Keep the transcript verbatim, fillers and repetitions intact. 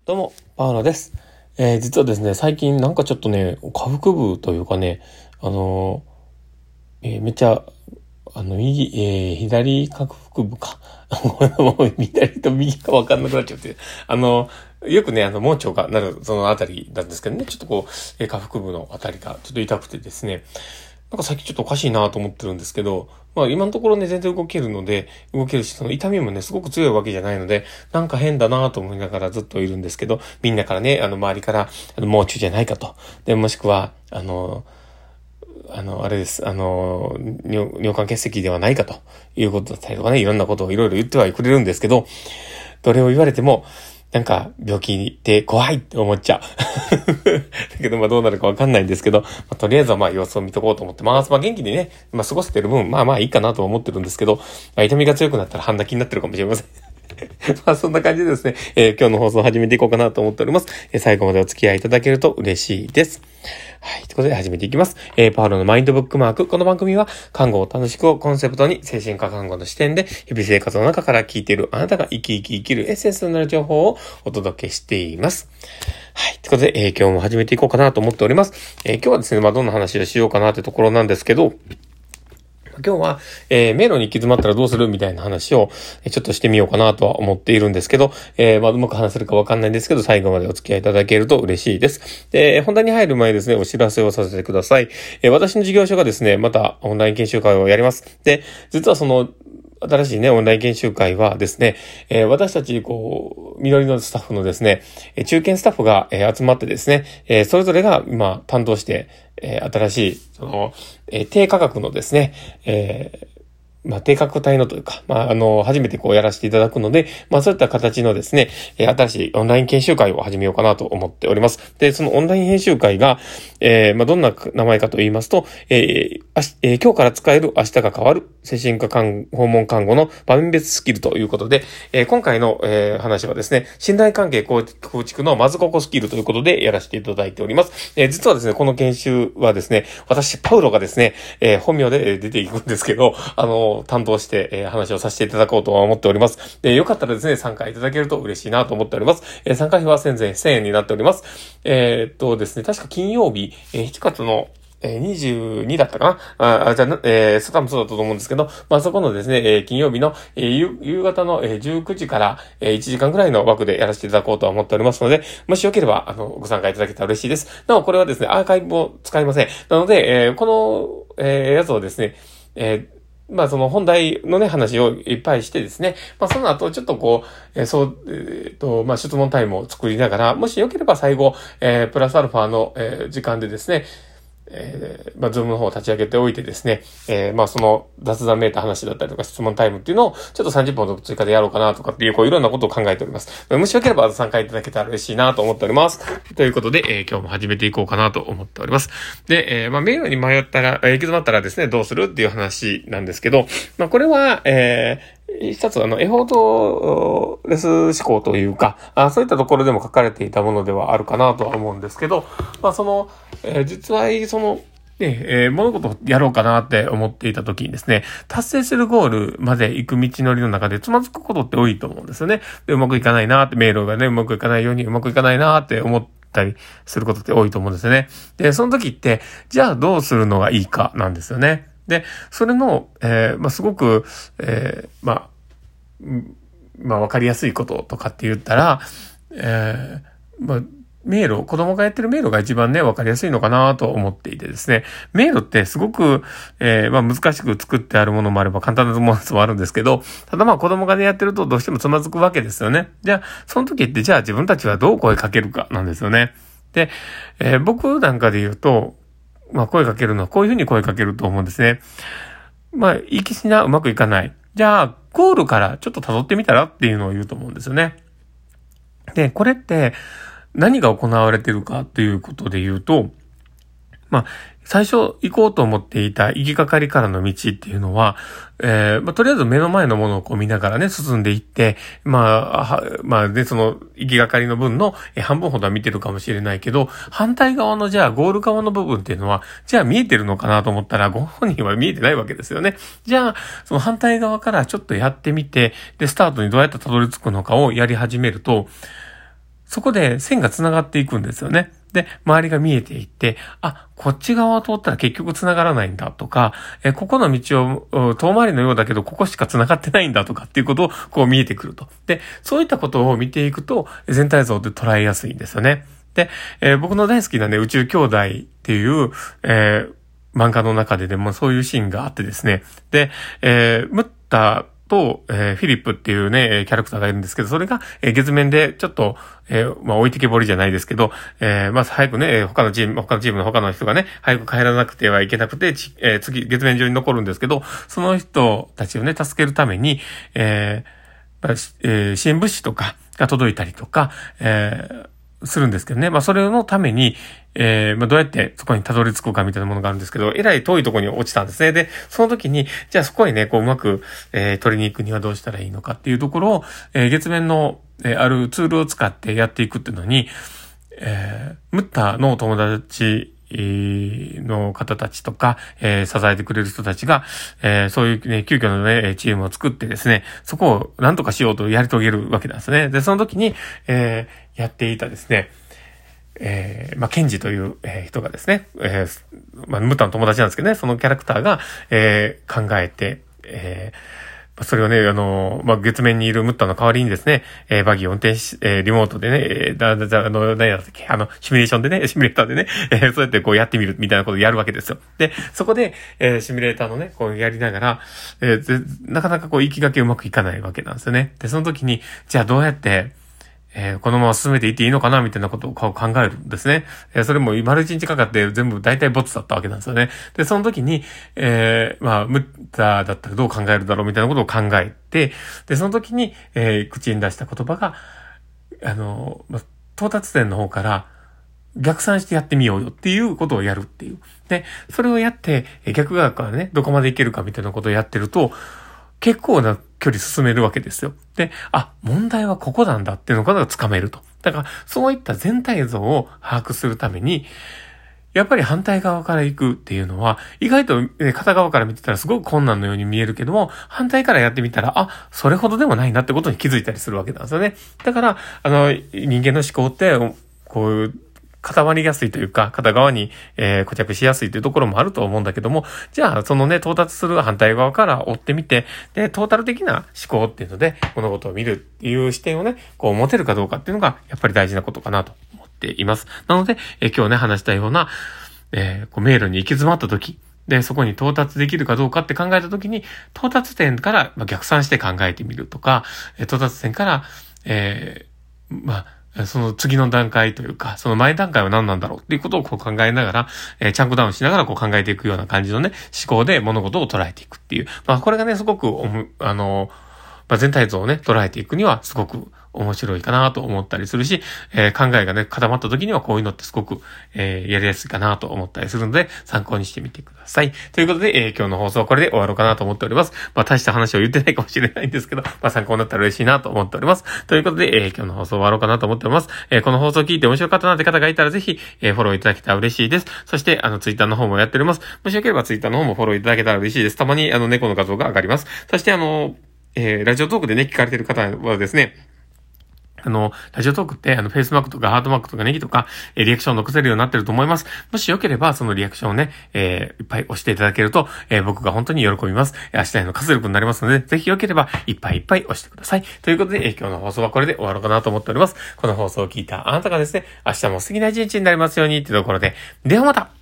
どうも、パウロです。えー、実はですね、最近なんかちょっとね、下腹部というかね、あのーえーめっちゃ、あの、右、えー左下腹部か。ごめんもう左と右か分かんなくなっちゃって。あのーよくね、あの、盲腸がなる、そのあたりなんですけどね、ちょっとこう、えー下腹部のあたりがちょっと痛くてですね、なんか最近ちょっとおかしいなと思ってるんですけど、まあ今のところね、全然動けるので、動けるし、その痛みもね、すごく強いわけじゃないので、なんか変だなと思いながらずっといるんですけど、みんなからね、あの周りから、あの、盲腸じゃないかと。で、もしくは、あの、あの、あれです。あの、尿、尿管結石ではないかということだったりとかね、いろんなことをいろいろ言ってはくれるんですけど、どれを言われても、なんか、病気って怖いって思っちゃう。だけど、まあどうなるかわかんないんですけど、まあ、とりあえずはまあ様子を見とこうと思ってます。まあ元気にね、まあ過ごせてる分、まあまあいいかなと思ってるんですけど、まあ痛みが強くなったら半泣きになってるかもしれません。まあそんな感じでですね、えー今日の放送を始めていこうかなと思っております。えー最後までお付き合いいただけると嬉しいです。はい。ということで始めていきます。えー、パウロのマインドブックマーク。この番組は、看護を楽しくをコンセプトに、精神科看護の視点で、日々生活の中から聞いているあなたが生き生き生きるエッセンスとなる情報をお届けしています。はい。ということで、えー今日も始めていこうかなと思っております。えー今日はですね、まあどんな話をしようかなというところなんですけど、今日は、えー、迷路に行き詰まったらどうするみたいな話を、えーちょっとしてみようかなとは思っているんですけど、えー、まあ、うまく話せるかわかんないんですけど、最後までお付き合いいただけると嬉しいです。で、本題に入る前にですね、お知らせをさせてください。えー、私の事業所がですね、またオンライン研修会をやります。で、実はその、新しいね、オンライン研修会はですね、えー私たち、こう、緑のスタッフのですね、えー中堅スタッフが、えー集まってですね、えーそれぞれが今担当して、えー新しい、その、えー低価格のですね、えーまあ、低価格帯のというか、まあ、あの、初めてこうやらせていただくので、まあ、そういった形のですね、えー新しいオンライン研修会を始めようかなと思っております。で、そのオンライン研修会が、えーまあ、どんな名前かと言いますと、えーあしえー今日から使える明日が変わる精神科看訪問看護の場面別スキルということで、えー今回の、えー話はですね、信頼関係構築のまずここスキルということでやらせていただいております。えー実はですね、この研修はですね、私、パウロがですね、えー本名でえー出ていくんですけど、あの、担当して、えー話をさせていただこうとは思っております。で、よかったらですね、参加いただけると嬉しいなと思っております。えー参加費はせんえんになっております。えーっとですね、確か金曜日、えーしちがつのえー、にじゅうにだったかなあ、あじゃあ、えー、多分そうだったと思うんですけど、まあ、そこのですね、えー、金曜日の、えー、夕夕方の、えー、じゅうくじから、えー、いちじかんくらいの枠でやらせていただこうとは思っておりますので、もしよければ、あの、ご参加いただけたら嬉しいです。なお、これはですね、アーカイブを使いません。なので、えー、この、えー、やつをですね、えーまあその本題のね話をいっぱいしてですね。まあその後ちょっとこう、えー、そう、えー、と、まあ質問タイムを作りながら、もしよければ最後、えー、プラスアルファの、えー、時間でですね、えー、まあ、ズームの方を立ち上げておいてですね、えー、まあ、その雑談めいた話だったりとか質問タイムっていうのをちょっとさんじゅっぷんほど追加でやろうかなとかっていう、こういろんなことを考えております。もしよければ参加いただけたら嬉しいなと思っております。ということで、えー、今日も始めていこうかなと思っております。で、えー、まあ、迷路に迷ったら、えー、行き詰まったらですね、どうするっていう話なんですけど、まあ、これは、えー、一つ、あの、エフォートレス思考というか、あそういったところでも書かれていたものではあるかなとは思うんですけど、まあ、その、えー、実は、その、ね、えー、物事をやろうかなって思っていた時にですね、達成するゴールまで行く道のりの中でつまずくことって多いと思うんですよね。で、うまくいかないなって、迷路がね、うまくいかないようにうまくいかないなって思ったりすることって多いと思うんですよね。で、その時って、じゃあどうするのがいいかなんですよね。で、それの、えー、まあ、すごく、えー、まあ、まあ、わかりやすいこととかって言ったら、えー、まあ、迷路、子供がやってる迷路が一番ね、わかりやすいのかなと思っていてですね。迷路ってすごく、えー、まあ難しく作ってあるものもあれば簡単なものもあるんですけど、ただまあ子供がね、やってるとどうしてもつまずくわけですよね。じゃあ、その時ってじゃあ自分たちはどう声かけるかなんですよね。で、えー、僕なんかで言うと、まあ声かけるのはこういうふうに声かけると思うんですね。まあ、行きしなうまくいかない。じゃあ、ゴールからちょっと辿ってみたらっていうのを言うと思うんですよね。で、これって何が行われているかということで言うと、まあ、最初行こうと思っていた行きがかりからの道っていうのは、えー、まあ、とりあえず目の前のものをこう見ながらね、進んでいって、まあ、まあ、で、その行きがかりの分の半分ほどは見てるかもしれないけど、反対側のじゃあゴール側の部分っていうのは、じゃあ見えてるのかなと思ったら、ご本人は見えてないわけですよね。じゃあ、その反対側からちょっとやってみて、で、スタートにどうやってたどり着くのかをやり始めると、 そこで線が繋がっていくんですよね。で、周りが見えていって、あ、こっち側を通ったら結局繋がらないんだとか、え、ここの道を遠回りのようだけど、ここしか繋がってないんだとかっていうことをこう見えてくると。で、そういったことを見ていくと、全体像で捉えやすいんですよね。で、えー、僕の大好きなね、宇宙兄弟っていう、えー、漫画の中ででもそういうシーンがあってですね。で、えー、ムッタと、えー、フィリップっていうね、キャラクターがいるんですけど、それが、えー、月面でちょっと、えー、まあ、置いてけぼりじゃないですけど、えー、まあ、早くね、他のチーム、他のチームの他の人がね、早く帰らなくてはいけなくて、えー、次、月面上に残るんですけど、その人たちをね、助けるために、えー、まあえー、支援物資とかが届いたりとか、えー、するんですけどね。まあ、それのために、えー、まあ、どうやってそこにたどり着くかみたいなものがあるんですけど、えらい遠いところに落ちたんですね。で、その時に、じゃあそこにね、こううまく、えー、取りに行くにはどうしたらいいのかっていうところを、えー、月面の、えー、あるツールを使ってやっていくっていうのに、えー、ムッタの友達、の方たちとか、えー、支えてくれる人たちが、えー、そういうね、急遽のね、チームを作ってですね、そこを何とかしようとやり遂げるわけなんですね。で、その時に、えー、やっていたですね、えー、まあ、ケンジという、えー、人がですね、えー、まあ、ムッタの友達なんですけどね、そのキャラクターが、えー、考えて、えーそれをね、あの、まあ、月面にいるムッタの代わりにですね、えー、バギーを運転し、えー、リモートでね、えー、だ、だ、あの、何やったっけ、あの、シミュレーションでね、シミュレーターでね、えー、そうやってこうやってみるみたいなことをやるわけですよ。で、そこで、えー、シミュレーターのね、こうやりながら、えー、なかなかこう、行きがけうまくいかないわけなんですよね。で、その時に、じゃあどうやって、えー、このまま進めていっていいのかなみたいなことを考えるんですね。えー、それも丸一日かかって全部大体ボツだったわけなんですよね。で、その時に、えー、まあ、ムッタだったらどう考えるだろうみたいなことを考えて、で、その時に、えー、口に出した言葉が、あの、まあ、到達点の方から逆算してやってみようよっていうことをやるっていう。で、それをやって、逆側からね、どこまでいけるかみたいなことをやってると、結構な距離進めるわけですよ。で、あ、問題はここなんだっていうのがつかめると。だから、そういった全体像を把握するために、やっぱり反対側から行くっていうのは、意外と、ね、片側から見てたらすごく困難のように見えるけども、反対からやってみたら、あ、それほどでもないなってことに気づいたりするわけなんですよね。だから、あの、人間の思考って、こういう、固まりやすいというか、片側に、えー、固着しやすいというところもあると思うんだけども、じゃあ、そのね、到達する反対側から追ってみて、で、トータル的な思考っていうので、物事を見るっていう視点をね、こう持てるかどうかっていうのが、やっぱり大事なことかなと思っています。なので、えー、今日ね、話したような、えー、こう迷路に行き詰まった時、で、そこに到達できるかどうかって考えた時に、到達点から逆算して考えてみるとか、到達点から、えー、まあ、その次の段階というか、その前段階は何なんだろうっていうことをこう考えながら、えー、チャンクダウンしながらこう考えていくような感じのね、思考で物事を捉えていくっていう。まあこれがね、すごくおむ、あの、まあ、全体像をね、捉えていくにはすごく面白いかなと思ったりするし、えー、考えがね、固まった時にはこういうのってすごく、えー、やりやすいかなと思ったりするので、参考にしてみてください。ということで、えー、今日の放送はこれで終わろうかなと思っております。まあ、大した話を言ってないかもしれないんですけど、まあ、参考になったら嬉しいなと思っております。ということで、えー、今日の放送終わろうかなと思っております。えー、この放送を聞いて面白かったなって方がいたらぜひ、えー、フォローいただけたら嬉しいです。そして、あの、ツイッターの方もやっております。もしよければツイッターの方もフォローいただけたら嬉しいです。たまに、あの、猫の画像が上がります。そして、あの、えー、ラジオトークでね、聞かれている方はですね、あの、ラジオトークって、あの、フェイスマークとかハートマークとかネギとか、えー、リアクションを残せるようになってると思います。もしよければ、そのリアクションをね、えー、いっぱい押していただけると、えー、僕が本当に喜びます。明日への活力になりますので、ぜひよければ、いっぱいいっぱい押してください。ということで、えー、今日の放送はこれで終わろうかなと思っております。この放送を聞いたあなたがですね、明日も素敵な一日になりますように、というところで、ではまた